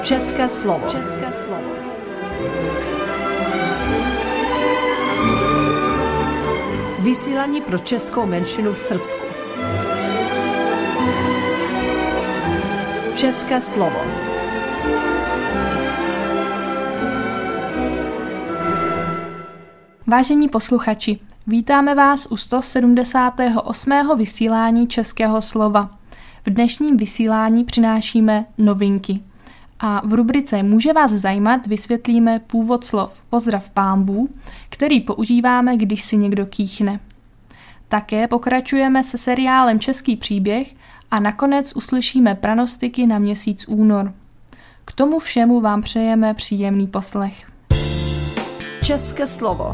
České slovo. České slovo. Vysílání pro českou menšinu v Srbsku. České slovo. Vážení posluchači, vítáme vás u 178. vysílání Českého slova. V dnešním vysílání přinášíme novinky. A v rubrice Může vás zajímat vysvětlíme původ slov Pozdrav pánbů, který používáme, když si někdo kýchne. Také pokračujeme se seriálem Český příběh a nakonec uslyšíme pranostiky na měsíc únor. K tomu všemu vám přejeme příjemný poslech. České slovo.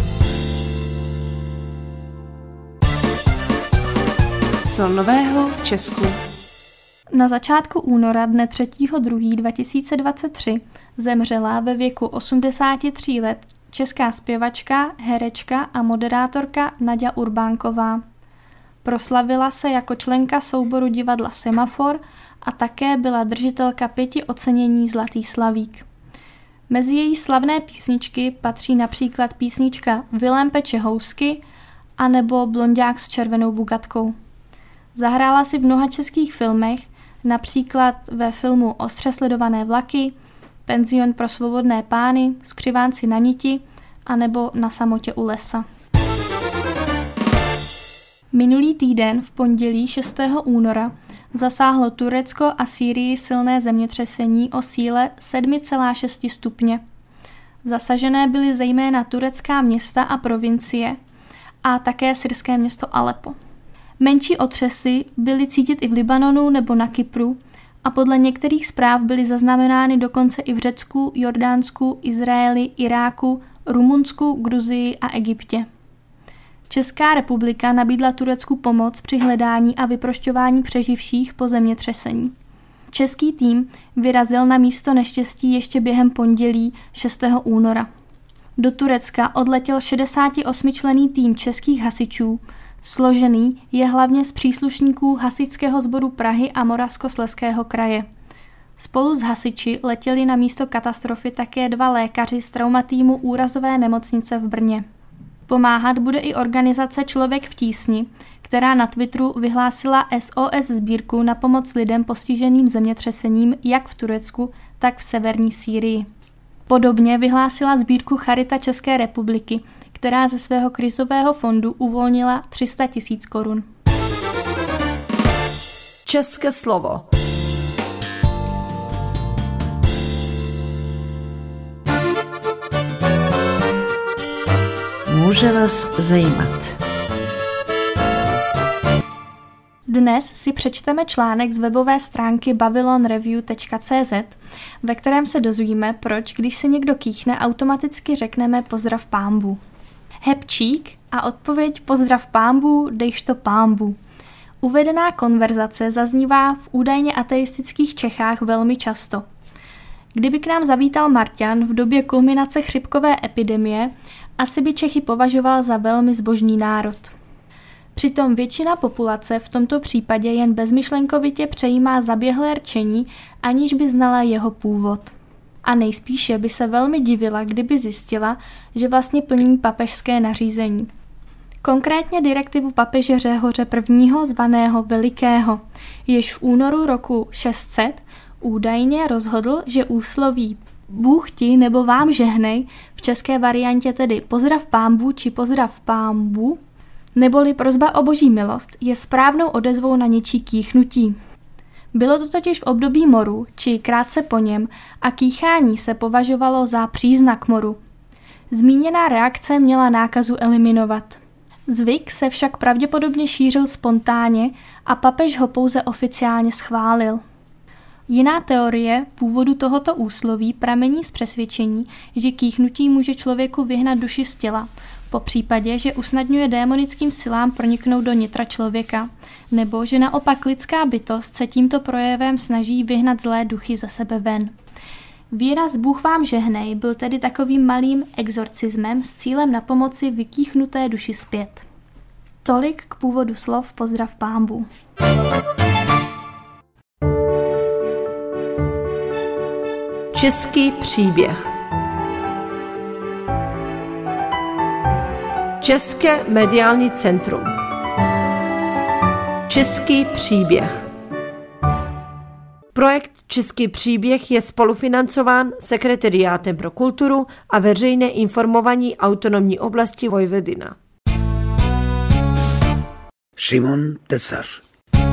Co nového v Česku? Na začátku února dne 3.2.2023 zemřela ve věku 83 let česká zpěvačka, herečka a moderátorka Naďa Urbánková. Proslavila se jako členka souboru divadla Semafor a také byla držitelka 5 ocenění Zlatý slavík. Mezi její slavné písničky patří například písnička Vilém peče housky anebo Blonďák s červenou bugatkou. Zahrála si v mnoha českých filmech, například ve filmu Ostře sledované vlaky, Penzion pro svobodné pány, Skřivánci na niti anebo Na samotě u lesa. Minulý týden v pondělí 6. února zasáhlo Turecko a Sýrii silné zemětřesení o síle 7,6 stupně. Zasažené byly zejména turecká města a provincie a také syrské město Aleppo. Menší otřesy byly cítit i v Libanonu nebo na Kypru a podle některých zpráv byly zaznamenány dokonce i v Řecku, Jordánsku, Izraeli, Iráku, Rumunsku, Gruzii a Egyptě. Česká republika nabídla Turecku pomoc při hledání a vyprošťování přeživších po zemětřesení. Český tým vyrazil na místo neštěstí ještě během pondělí 6. února. Do Turecka odletěl 68členný tým českých hasičů, složený je hlavně z příslušníků Hasičského sboru Prahy a Moravskoslezského kraje. Spolu s hasiči letěli na místo katastrofy také 2 lékaři z traumatýmu úrazové nemocnice v Brně. Pomáhat bude i organizace Člověk v tísni, která na Twitteru vyhlásila SOS sbírku na pomoc lidem postiženým zemětřesením jak v Turecku, tak v severní Sýrii. Podobně vyhlásila sbírku Charita České republiky, která ze svého krizového fondu uvolnila 300 000 korun. České slovo. Může vás zajímat. Dnes si přečteme článek z webové stránky babylonreview.cz, ve kterém se dozvíme, proč, když se někdo kýchne, automaticky řekneme Pozdrav pánbů. Hebčík a odpověď Pozdrav pánbů, dejš to pánbů. Uvedená konverzace zaznívá v údajně ateistických Čechách velmi často. Kdyby k nám zavítal Marťan v době kulminace chřipkové epidemie, asi by Čechy považoval za velmi zbožný národ. Přitom většina populace v tomto případě jen bezmyšlenkovitě přejímá zaběhlé rčení, aniž by znala jeho původ. A nejspíše by se velmi divila, kdyby zjistila, že vlastně plní papežské nařízení. Konkrétně direktivu papeže Řehoře I. zvaného Velikého, jež v únoru roku 600 údajně rozhodl, že úsloví Bůh ti nebo vám žehnej, v české variantě tedy Pozdrav pánbů či Pozdrav pánbů, neboli prosba o boží milost, je správnou odezvou na něčí kýchnutí. Bylo to totiž v období moru, či krátce po něm, a kýchání se považovalo za příznak moru. Zmíněná reakce měla nákazu eliminovat. Zvyk se však pravděpodobně šířil spontánně a papež ho pouze oficiálně schválil. Jiná teorie původu tohoto úsloví pramení z přesvědčení, že kýchnutí může člověku vyhnat duši z těla, po případě, že usnadňuje démonickým silám proniknout do nitra člověka, nebo že naopak lidská bytost se tímto projevem snaží vyhnat zlé duchy ze sebe ven. Výraz Bůh vám žehnej byl tedy takovým malým exorcismem s cílem na pomoci vykýchnuté duši zpět. Tolik k původu slov Pozdrav pánbů. Český příběh. České mediální centrum. Český příběh. Projekt Český příběh je spolufinancován Sekretariátem pro kulturu a veřejné informování autonomní oblasti Vojvodina. Šimon Tesař.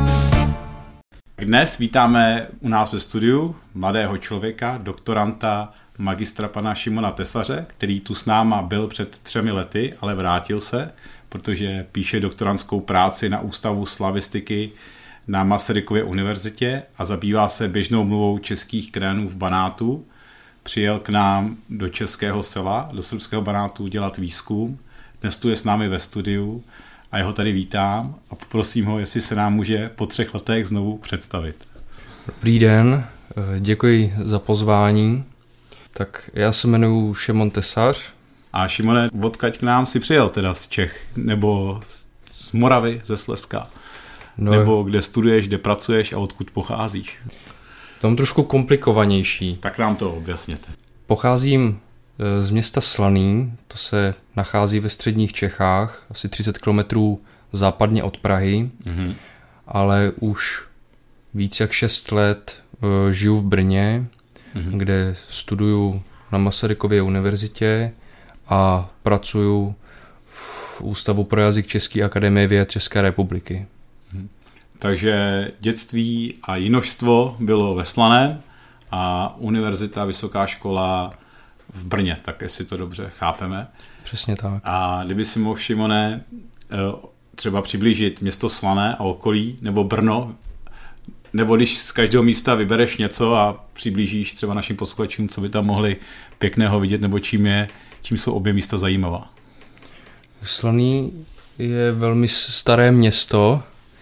Dnes vítáme u nás ve studiu mladého člověka, doktoranta, magistra pana Šimona Tesaře, který tu s náma byl před 3 lety, ale vrátil se, protože píše doktorantskou práci na Ústavu slavistiky na Masarykově univerzitě a zabývá se běžnou mluvou českých krajanů v Banátu. Přijel k nám do Českého Sela, do srbského Banátu dělat výzkum. Dnes tu je s námi ve studiu a jeho tady vítám a poprosím ho, jestli se nám může po 3 letech znovu představit. Dobrý den, děkuji za pozvání. Tak já se jmenuji Šimon Tesař. A Šimone, odkud k nám si přijel teda z Čech, nebo z Moravy, ze Slezska? No, nebo kde studuješ, kde pracuješ a odkud pocházíš? To je trošku komplikovanější. Tak nám to objasněte. Pocházím z města Slaný, to se nachází ve středních Čechách, asi 30 kilometrů západně od Prahy, ale už víc jak 6 let žiju v Brně, kde studuju na Masarykově univerzitě a pracuju v Ústavu pro jazyk České akademie věd České republiky. Takže dětství a jinožstvo bylo ve Slaném a univerzita, vysoká škola v Brně, tak jestli to dobře chápeme. Přesně tak. A kdyby si mohl, Šimone, třeba přiblížit město Slané a okolí, nebo Brno, nebo když z každého místa vybereš něco a přiblížíš třeba našim posluchačům, co by tam mohli pěkného vidět, nebo čím jsou obě místa zajímavá. Slaný je velmi staré město,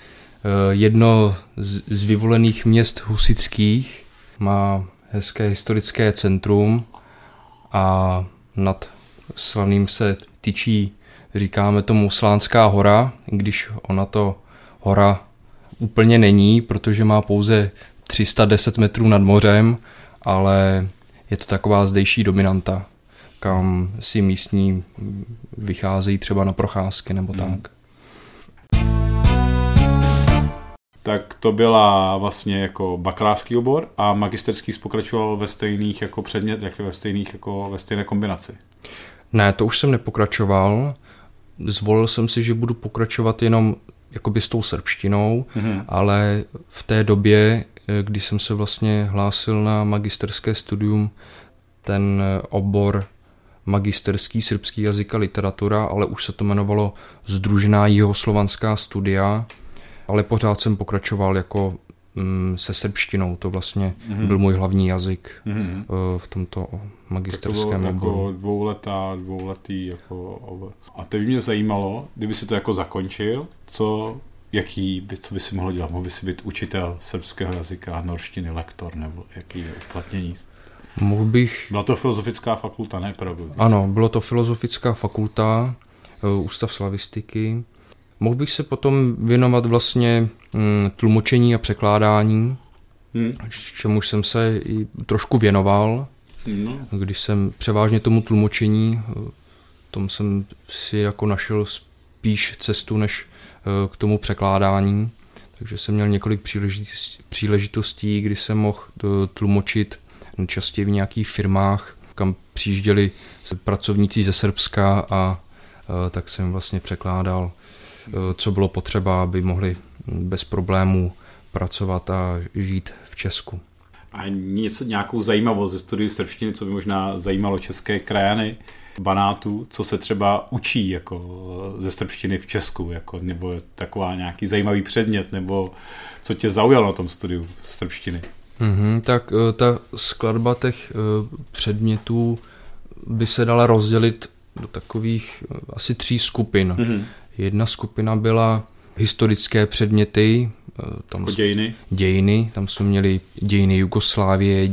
jedno z vyvolených měst husitských, má hezké historické centrum a nad Slaným se tyčí, říkáme tomu, Slánská hora, když ona to hora úplně není, protože má pouze 310 metrů nad mořem, ale je to taková zdejší dominanta, kam si místní vycházejí třeba na procházky nebo tak. Tak to byla vlastně jako bakalářský obor a magisterský pokračoval ve stejných jako předmět, ve stejné kombinaci. Ne, to už jsem nepokračoval. Zvolil jsem si, že budu pokračovat jenom jakoby s tou srbštinou, ale v té době, kdy jsem se vlastně hlásil na magisterské studium, ten obor magisterský srbský jazyk a literatura, ale už se to jmenovalo Sdružená jihoslovanská studia, ale pořád jsem pokračoval jako se srbštinou, to vlastně byl můj hlavní jazyk v tomto magisterském oboru. Jako dvouletý jako obor. A to by mě zajímalo, kdyby si to jako zakončil, co by si mohl dělat? Mohl by si být učitel srbského jazyka, norštiny, lektor, nebo jaký je uplatnění? Mohl bych... Byla to filozofická fakulta, ne pedagogická? Ano, bylo to filozofická fakulta, Ústav slavistiky. Mohl bych se potom věnovat vlastně tlumočení a překládání, čemuž jsem se i trošku věnoval, když jsem převážně tomu tlumočení, tom jsem si jako našel spíš cestu než k tomu překládání, takže jsem měl několik příležitostí, kdy jsem mohl tlumočit častěji v nějakých firmách, kam přijížděli pracovníci ze Srbska a tak jsem vlastně překládal, co bylo potřeba, aby mohli bez problémů pracovat a žít v Česku. A nějakou zajímavost ze studiu srbštiny, co by možná zajímalo české krajany Banátu, co se třeba učí jako ze srbštiny v Česku, jako, nebo taková nějaký zajímavý předmět, nebo co tě zaujalo na tom studiu srbštiny? Tak ta skladba těch předmětů by se dala rozdělit do takových asi 3 skupin. Jedna skupina byla historické předměty, tam dějiny, tam jsme měli dějiny Jugoslávie,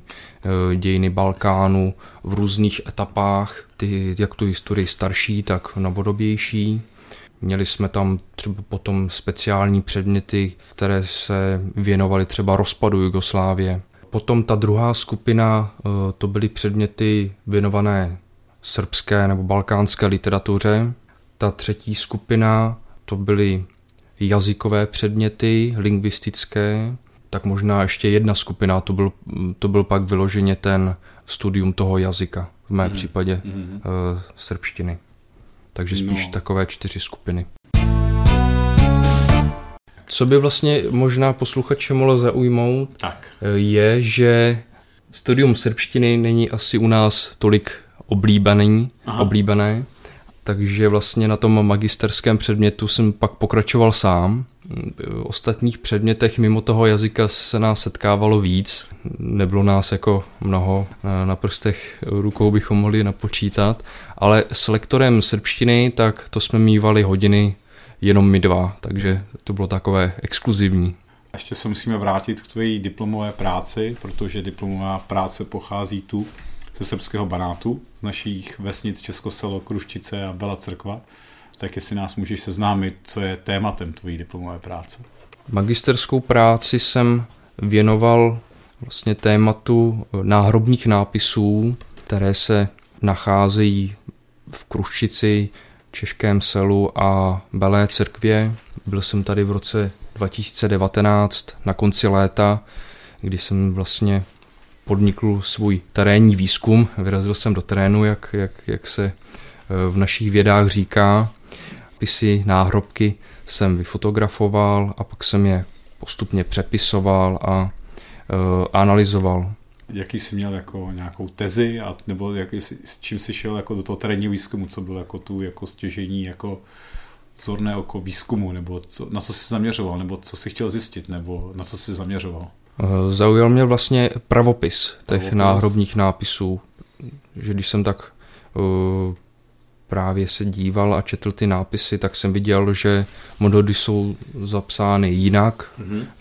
dějiny Balkánu v různých etapách, jak tu historii starší, tak novodobější. Měli jsme tam třeba potom speciální předměty, které se věnovaly třeba rozpadu Jugoslávie. Potom ta druhá skupina, to byly předměty věnované srbské nebo balkánské literatuře. Ta třetí skupina, to byly jazykové předměty, lingvistické. Tak možná ještě jedna skupina, to byl pak vyloženě ten studium toho jazyka, v mém případě srbštiny. Takže spíš takové 4 skupiny. Co by vlastně možná posluchače mohlo zaujmout, je, že studium srbštiny není asi u nás tolik oblíbené, takže vlastně na tom magisterském předmětu jsem pak pokračoval sám. V ostatních předmětech mimo toho jazyka se nás setkávalo víc. Nebylo nás jako mnoho, na prstech rukou bychom mohli napočítat, ale s lektorem srbštiny, tak to jsme mívali hodiny jenom my dva, takže to bylo takové exkluzivní. Ještě se musíme vrátit k tvojí diplomové práci, protože diplomová práce pochází tu ze srbského Banátu, z našich vesnic Českoselo, Kruščice a Bela Crkva. Tak jestli nás můžeš seznámit, co je tématem tvojí diplomové práce. Magisterskou práci jsem věnoval vlastně tématu náhrobních nápisů, které se nacházejí v Kruščici, Českém Selu a Belé Crkvě. Byl jsem tady v roce 2019 na konci léta, kdy jsem vlastně podnikl svůj terénní výzkum. Vyrazil jsem do terénu, jak se v našich vědách říká. Pisy, náhrobky jsem vyfotografoval a pak jsem je postupně přepisoval a analyzoval. Jaký jsi měl jako nějakou tezi, nebo s čím jsi šel jako do toho terénního výzkumu, co bylo jako tu jako stěžení, jako zorné oko výzkumu, nebo na co jsi zaměřoval, nebo co jsi chtěl zjistit, nebo na co jsi zaměřoval? Zaujal mě vlastně pravopis těch náhrobních nápisů, že když jsem tak právě se díval a četl ty nápisy, tak jsem viděl, že modody jsou zapsány jinak,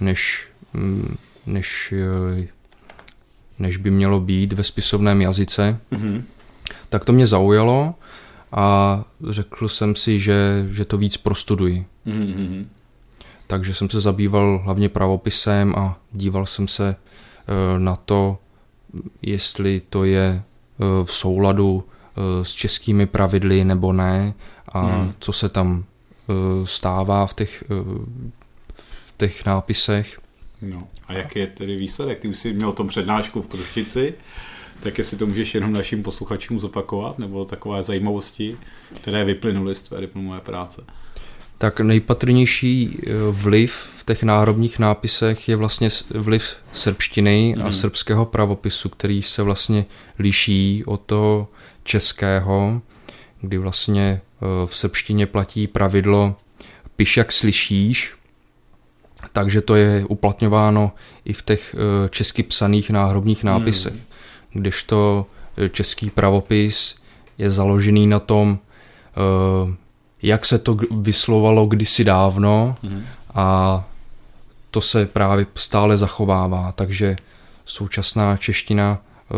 než by mělo být ve spisovném jazyce. Tak to mě zaujalo a řekl jsem si, že to víc prostuduji. Takže jsem se zabýval hlavně pravopisem a díval jsem se na to, jestli to je v souladu s českými pravidly nebo ne a co se tam stává v těch nápisech. No a jaký je tedy výsledek? Ty už jsi měl o tom přednášku v Kruščici, tak jestli to můžeš jenom našim posluchačům zopakovat, nebo takové zajímavosti, které vyplynuly z tvé diplomové práce? Tak nejpatrnější vliv v těch náhrobních nápisech je vlastně vliv srbštiny a srbského pravopisu, který se vlastně liší od toho českého, kdy vlastně v srbštině platí pravidlo piš jak slyšíš, takže to je uplatňováno i v těch česky psaných náhrobních nápisech, kdežto český pravopis je založený na tom, jak se to vyslovalo kdysi dávno a to se právě stále zachovává, takže současná čeština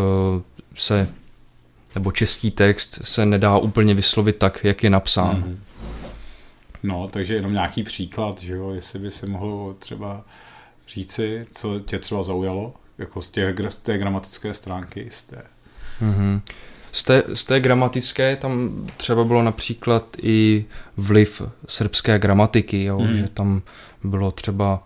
nebo český text se nedá úplně vyslovit tak, jak je napsán. No, takže jenom nějaký příklad, že jo, jestli by si mohl třeba říci, co tě třeba zaujalo, jako z té gramatické stránky. Z té gramatické tam třeba bylo například i vliv srbské gramatiky, jo, že tam bylo třeba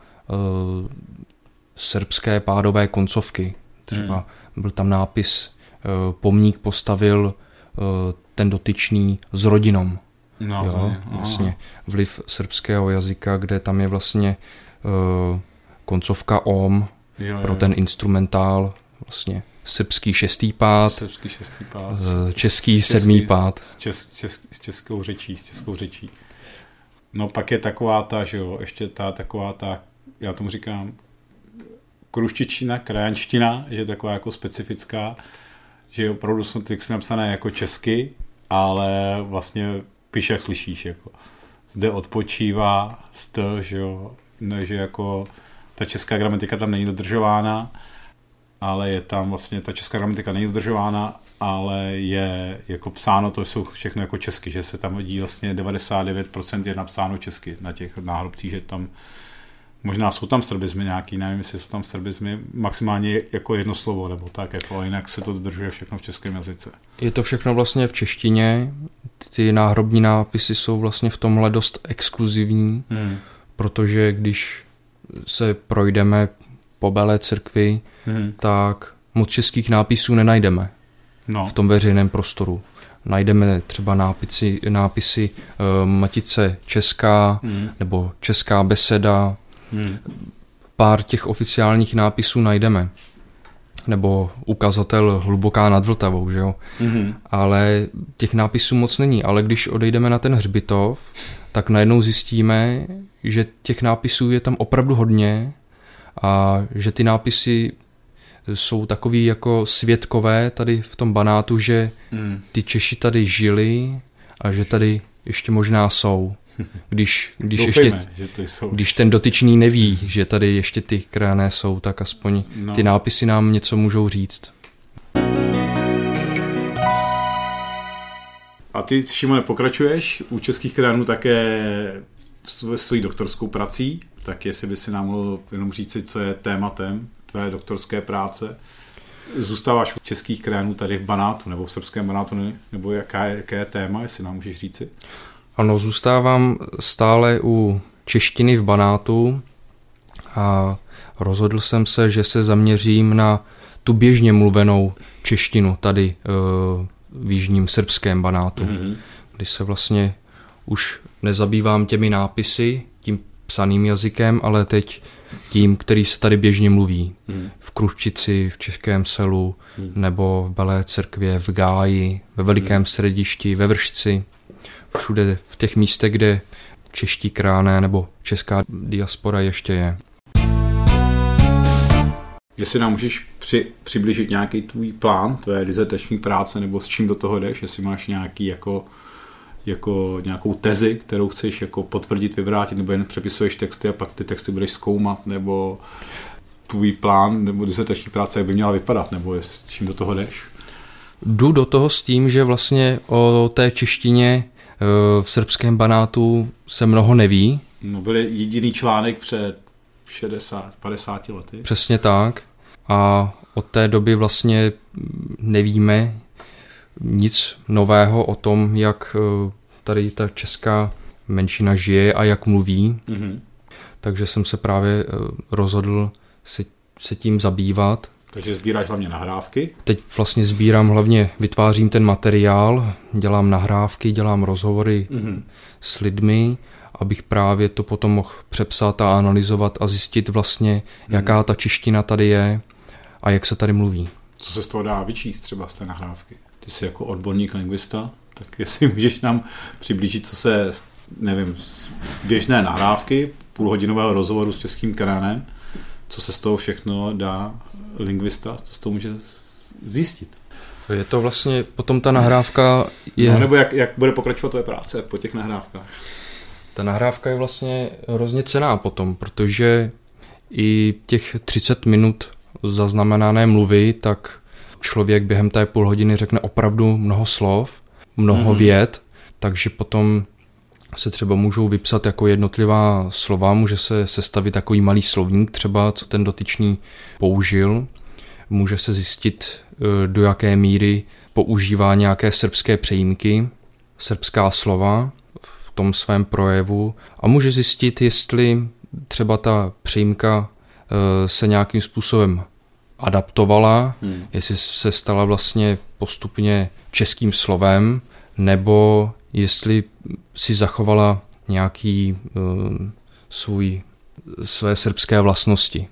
srbské pádové koncovky. Třeba byl tam nápis pomník postavil ten dotyčný s rodinou. No, jo, vlastně vliv srbského jazyka, kde tam je vlastně koncovka om pro ten instrumentál, vlastně srbský šestý pád, český sedmý pád. S českou řečí. No pak je taková ta, že jo, ještě taková ta, já tomu říkám, kruščičtina, krajanština, že je taková jako specifická, že opravdu jsou texty napsané jako česky, ale vlastně píš, jak slyšíš, jako zde odpočívá, že jo, ne, že jako ta česká gramatika tam není dodržována, ale je tam vlastně, ta česká gramatika není dodržována, ale je jako psáno, to jsou všechno jako česky, že se tam hodí vlastně 99% je napsáno česky na těch náhrobcích, že tam Možná jsou tam srbizmy nějaký, nevím, jestli jsou tam srbizmy, maximálně jako jedno slovo, nebo tak, jako, jinak se to dodržuje všechno v českém jazyce. Je to všechno vlastně v češtině, ty náhrobní nápisy jsou vlastně v tomhle dost exkluzivní, protože když se projdeme po Belé církvi, tak moc českých nápisů nenajdeme v tom veřejném prostoru. Najdeme třeba nápisy Matice Česká nebo Česká beseda. Pár těch oficiálních nápisů najdeme. Nebo ukazatel Hluboká nad Vltavou, že jo? Ale těch nápisů moc není. Ale když odejdeme na ten hřbitov, tak najednou zjistíme, že těch nápisů je tam opravdu hodně a že ty nápisy jsou takový jako svědkové tady v tom Banátu, že ty Češi tady žili a že tady ještě možná jsou. Když ten dotyčný neví, že tady ještě ty krajané jsou, tak aspoň ty nápisy nám něco můžou říct. A ty, Šimone, pokračuješ u českých krajanů také svojí doktorskou prací, tak jestli by si nám mohl jenom říct, co je tématem tvé doktorské práce. Zůstáváš u českých krajanů tady v Banátu, nebo v srbském Banátu, nebo jaké je téma, jestli nám můžeš říci? Ano, zůstávám stále u češtiny v Banátu a rozhodl jsem se, že se zaměřím na tu běžně mluvenou češtinu tady v jižním srbském Banátu, kdy se vlastně už nezabývám těmi nápisy, tím psaným jazykem, ale teď tím, který se tady běžně mluví. V Kruščici, v Českém Selu, nebo v Belé církvi, v Gáji, ve Velikém Središti, ve Vršci. Všude v těch místech, kde čeští krajané nebo česká diaspora ještě je. Jestli nám můžeš přiblížit nějaký tvůj plán, tvé dizertační práce, nebo s čím do toho jdeš, jestli máš nějaký jako nějakou tezi, kterou chceš jako potvrdit, vyvrátit, nebo jen přepisuješ texty a pak ty texty budeš zkoumat, nebo tvůj plán nebo dizertační práce, jak by měla vypadat, nebo s čím do toho jdeš? Jdu do toho s tím, že vlastně o té češtině v srbském Banátu se mnoho neví. No, byl jediný článek před 50 lety. Přesně tak. A od té doby vlastně nevíme nic nového o tom, jak tady ta česká menšina žije a jak mluví. Takže jsem se právě rozhodl se tím zabývat. Takže sbíráš hlavně nahrávky? Teď vlastně vytvářím ten materiál, dělám nahrávky, dělám rozhovory s lidmi, abych právě to potom mohl přepsat a analyzovat a zjistit vlastně, jaká ta čeština tady je a jak se tady mluví. Co se z toho dá vyčíst třeba z té nahrávky? Ty jsi jako odborník lingvista, tak jestli můžeš nám přiblížit, co se, nevím, z běžné nahrávky, půlhodinového rozhovoru s českým krajanem, co se z toho všechno dá lingvista, co z toho může zjistit. Je to vlastně, potom ta nahrávka je... No, nebo jak bude pokračovat tvoje práce po těch nahrávkách? Ta nahrávka je vlastně hrozně cenná potom, protože i těch 30 minut zaznamenané mluvy, tak člověk během té půl hodiny řekne opravdu mnoho slov, mnoho vět, takže potom se třeba můžou vypsat jako jednotlivá slova, může se sestavit takový malý slovník třeba, co ten dotyčný použil. Může se zjistit, do jaké míry používá nějaké srbské přejímky, srbská slova v tom svém projevu a může zjistit, jestli třeba ta přejímka se nějakým způsobem adaptovala, jestli se stala vlastně postupně českým slovem, nebo jestli si zachovala nějaký své srbské vlastnosti.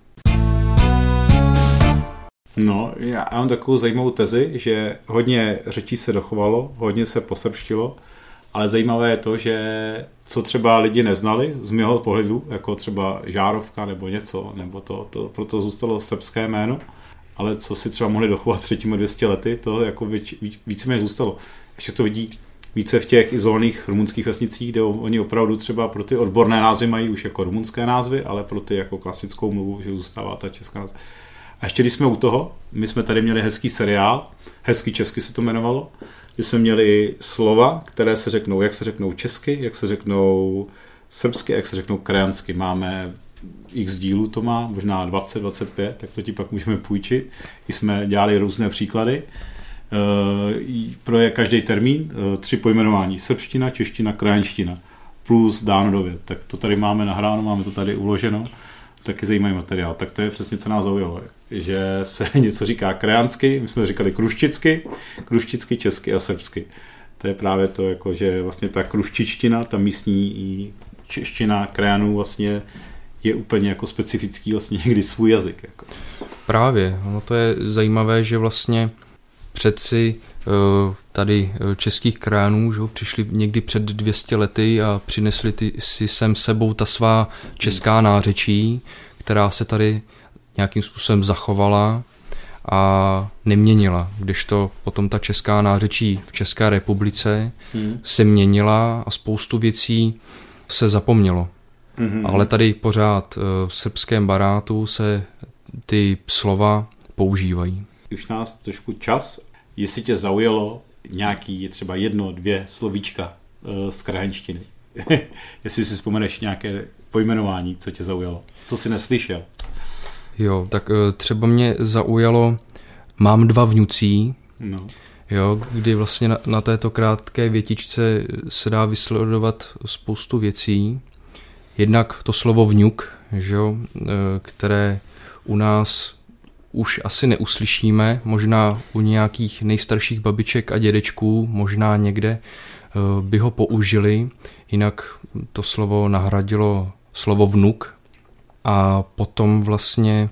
No, já mám takovou zajímavou tezi, že hodně řečí se dochovalo, hodně se posrbštilo, ale zajímavé je to, že co třeba lidi neznali z mého pohledu, jako třeba žárovka nebo něco, nebo to proto zůstalo srbské jméno, ale co si třeba mohli dochovat 200 lety, to jako víceméně zůstalo. Ještě to vidí více v těch izolovaných rumunských vesnicích, kde oni opravdu třeba pro ty odborné názvy mají už jako rumunské názvy, ale pro ty jako klasickou mluvu, že zůstává ta česká názva. A ještě když jsme u toho, my jsme tady měli hezký seriál, hezký česky se to jmenovalo, kdy jsme měli slova, které se řeknou, jak se řeknou česky, jak se řeknou srbsky, jak se řeknou krajansky. Máme x dílů to má, možná 20, 25, tak to ti pak můžeme půjčit. I jsme dělali různé příklady. Pro každý termín 3 pojmenování. Srbština, čeština, krajanština. Plus dáno do vět. Tak to tady máme nahráno, máme to tady uloženo. Taky zajímavý materiál. Tak to je přesně, co nás zaujalo. Že se něco říká krajansky, my jsme říkali krušticky, česky a srbsky. To je právě to, jako, že vlastně ta kruštičtina, ta místní čeština krajanů vlastně je úplně jako specifický vlastně někdy svůj jazyk. Jako. Právě, no to je zajímavé, že vlastně předci tady českých krajanů, že přišli někdy před 200 lety a přinesli si sem sebou ta svá česká nářečí, která se tady nějakým způsobem zachovala a neměnila, kdežto potom ta česká nářečí v České republice se měnila a spoustu věcí se zapomnělo. Ale tady pořád v srbském barátu se ty slova používají. Už nás trošku čas, jestli tě zaujalo nějaký třeba 1, 2 slovíčka z krajanštiny. Jestli si vzpomeneš nějaké pojmenování, co tě zaujalo, co jsi neslyšel. Jo, tak třeba mě zaujalo mám 2 vnucí, jo, kdy vlastně na této krátké větičce se dá vysledovat spoustu věcí. Jednak to slovo vňuk, že jo, které u nás už asi neuslyšíme, možná u nějakých nejstarších babiček a dědečků, možná někde by ho použili, jinak to slovo nahradilo slovo vnuk a potom vlastně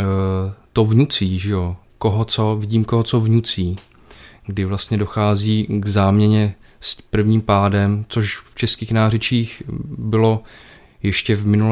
to vnucí, že jo, vidím koho co vnucí, kdy vlastně dochází k záměně s prvním pádem, což v českých nářečích bylo ještě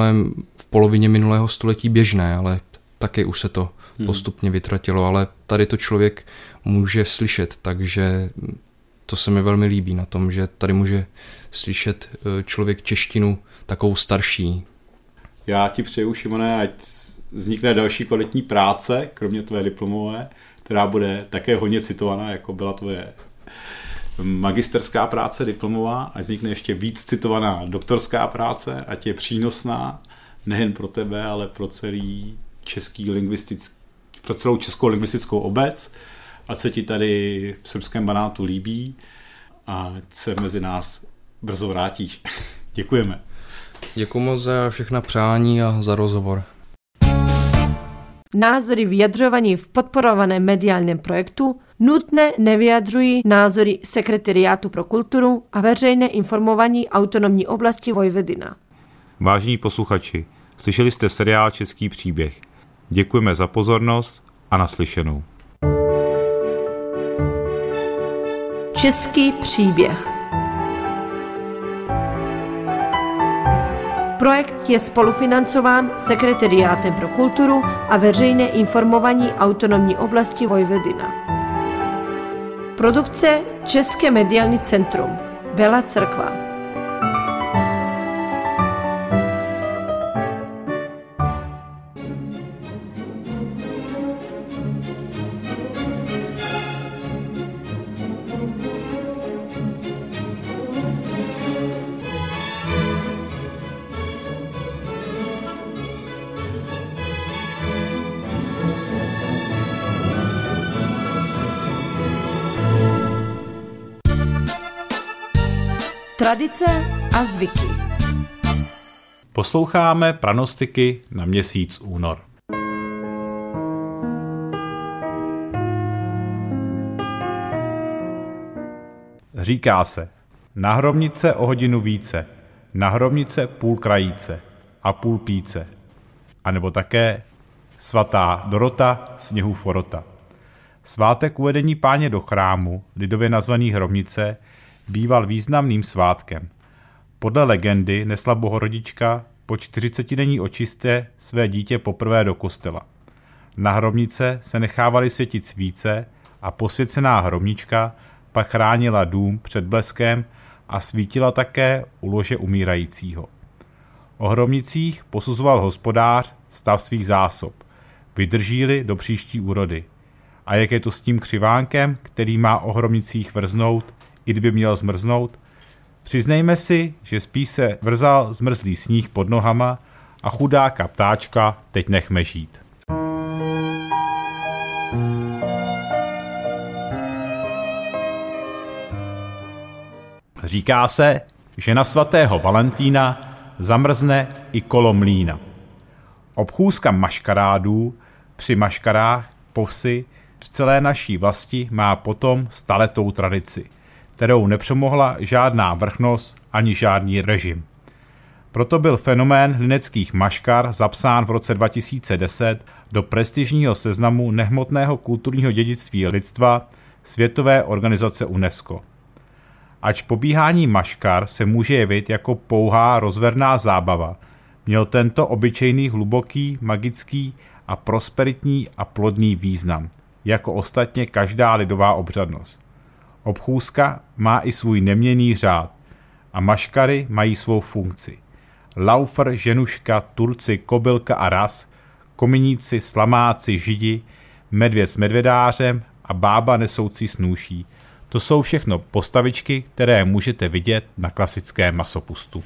v polovině minulého století běžné, ale také už se to postupně vytratilo, ale tady to člověk může slyšet, takže to se mi velmi líbí na tom, že tady může slyšet člověk češtinu takovou starší. Já ti přeju, Šimone, ať vznikne další kvalitní práce, kromě tvé diplomové, která bude také hodně citovaná, jako byla tvoje magisterská práce diplomová, a vznikne ještě víc citovaná doktorská práce, ať je přínosná nejen pro tebe, ale pro pro celou českou lingvistickou obec, ať se ti tady v srbském banátu líbí a se mezi nás brzo vrátíš. Děkujeme. Děkuji moc za všechna přání a za rozhovor. Názory vyjadřovaní v podporovaném mediálním projektu nutně nevyjadřují názory Sekretariátu pro kulturu a veřejné informování autonomní oblasti Vojvodina. Vážení posluchači, slyšeli jste seriál Český příběh. Děkujeme za pozornost a naslyšenou. Český příběh. Projekt je spolufinancován Sekretariátem pro kulturu a veřejné informování autonomní oblasti Vojvodina. Produkce České mediální centrum Bela Crkva. Tradice a zvyky. Posloucháme pranostiky na měsíc únor. Říká se, na hromnice o hodinu více, na hromnice půl krajíce a půl píce. A nebo také svatá Dorota, sněhův orota. Svátek uvedení Páně do chrámu, lidově nazvaný hromnice, býval významným svátkem. Podle legendy nesla Bohorodička po 40denní očistě své dítě poprvé do kostela. Na hromnice se nechávaly světit svíce a posvěcená hromnička pak chránila dům před bleskem a svítila také u lože umírajícího. O hromnicích posuzoval hospodář stav svých zásob, vydrží-li do příští úrody. A jak je to s tím křivánkem, který má o hromnicích vrznout, i kdyby měl zmrznout? Přiznejme si, že spíš se vrzal zmrzlý sníh pod nohama a chudáka ptáčka teď nechme žít. Říká se, že na svatého Valentína zamrzne i kolo mlýna. Obchůzka maškarádů při maškarách po vsi v celé naší vlasti má potom staletou tradici, kterou nepřemohla žádná vrchnost ani žádný režim. Proto byl fenomén lineckých maškar zapsán v roce 2010 do prestižního seznamu nehmotného kulturního dědictví lidstva Světové organizace UNESCO. Ač pobíhání maškar se může jevit jako pouhá rozverná zábava, měl tento obyčejný hluboký, magický a prosperitní a plodný význam, jako ostatně každá lidová obřadnost. Obchůzka má i svůj neměnný řád a maškary mají svou funkci. Laufer, ženuška, Turci, kobylka a ras, kominíci, slamáci, židi, medvěd s medvědářem a bába nesoucí snůší. To jsou všechno postavičky, které můžete vidět na klasickém masopustu.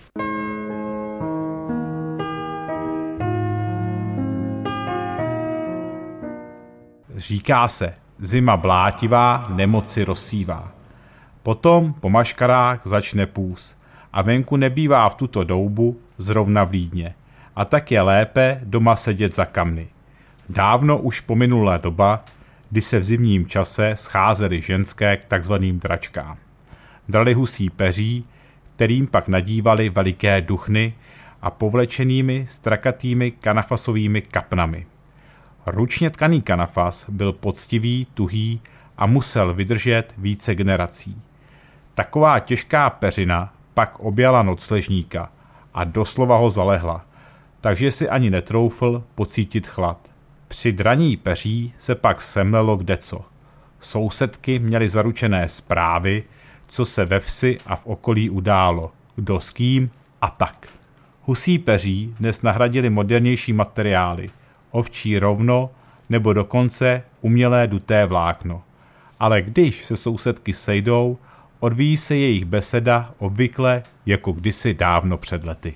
Říká se, zima blátivá, nemoci rozsívá. Potom po maškarách začne půst a venku nebývá v tuto doubu zrovna vlídně. A tak je lépe doma sedět za kamny. Dávno už pominula doba, kdy se v zimním čase scházely ženské k takzvaným dračkám. Drali husí peří, kterým pak nadívali veliké duchny a povlečenými strakatými kanafasovými kapnami. Ručně tkaný kanafas byl poctivý, tuhý a musel vydržet více generací. Taková těžká peřina pak objala nocležníka a doslova ho zalehla, takže si ani netroufl pocítit chlad. Při draní peří se pak semlelo kdeco. Sousedky měly zaručené zprávy, co se ve vsi a v okolí událo, kdo s kým a tak. Husí peří dnes nahradili modernější materiály, ovčí rovno nebo dokonce umělé duté vlákno. Ale když se sousedky sejdou, odvíjí se jejich beseda obvykle jako kdysi dávno před lety.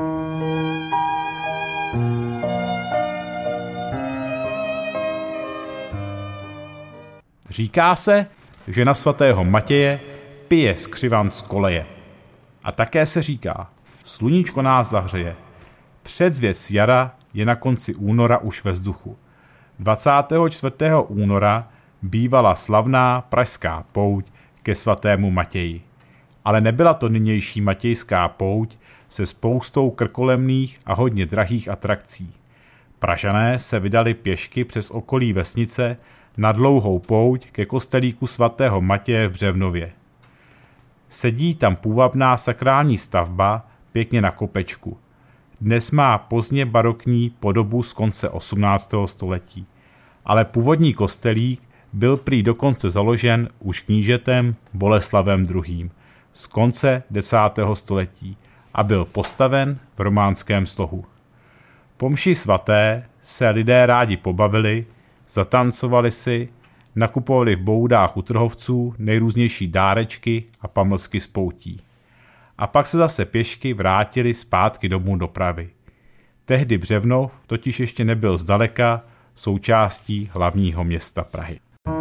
Říká se, že na svatého Matěje pije skřivan z koleje. A také se říká, sluníčko nás zahřeje. Předzvěst jara je na konci února už ve vzduchu. 24. února bývala slavná pražská pouť ke svatému Matěji. Ale nebyla to nynější matějská pouť se spoustou krkolemných a hodně drahých atrakcí. Pražané se vydali pěšky přes okolí vesnice na dlouhou pouť ke kostelíku svatého Matěje v Břevnově. Sedí tam půvabná sakrální stavba pěkně na kopečku. Dnes má pozdně barokní podobu z konce 18. století, ale původní kostelík byl prý dokonce založen už knížetem Boleslavem II. Z konce 10. století a byl postaven v románském slohu. Po mši svaté se lidé rádi pobavili, zatancovali si, nakupovali v boudách u trhovců nejrůznější dárečky a pamlsky z poutí. A pak se zase pěšky vrátili zpátky domů do Prahy. Tehdy Břevnov totiž ještě nebyl zdaleka součástí hlavního města Prahy.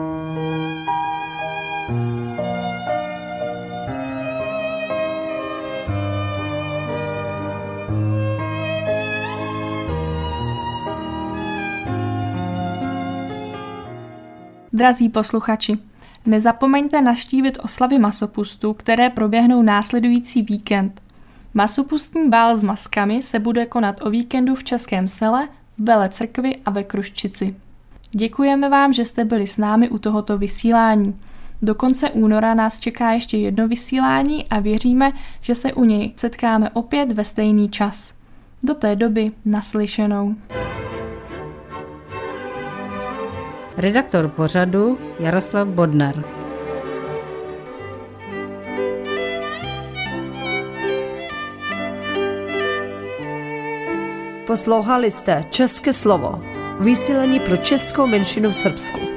Drazí posluchači, nezapomeňte navštívit oslavy masopustu, které proběhnou následující víkend. Masopustní bál s maskami se bude konat o víkendu v Českém Sele, v Belé Crkvi a ve Kruščici. Děkujeme vám, že jste byli s námi u tohoto vysílání. Do konce února nás čeká ještě jedno vysílání a věříme, že se u něj setkáme opět ve stejný čas. Do té doby naslyšenou. Redaktor pořadu Jaroslav Bodnar. Poslouchali jste České slovo, vysílení pro českou menšinu v Srbsku.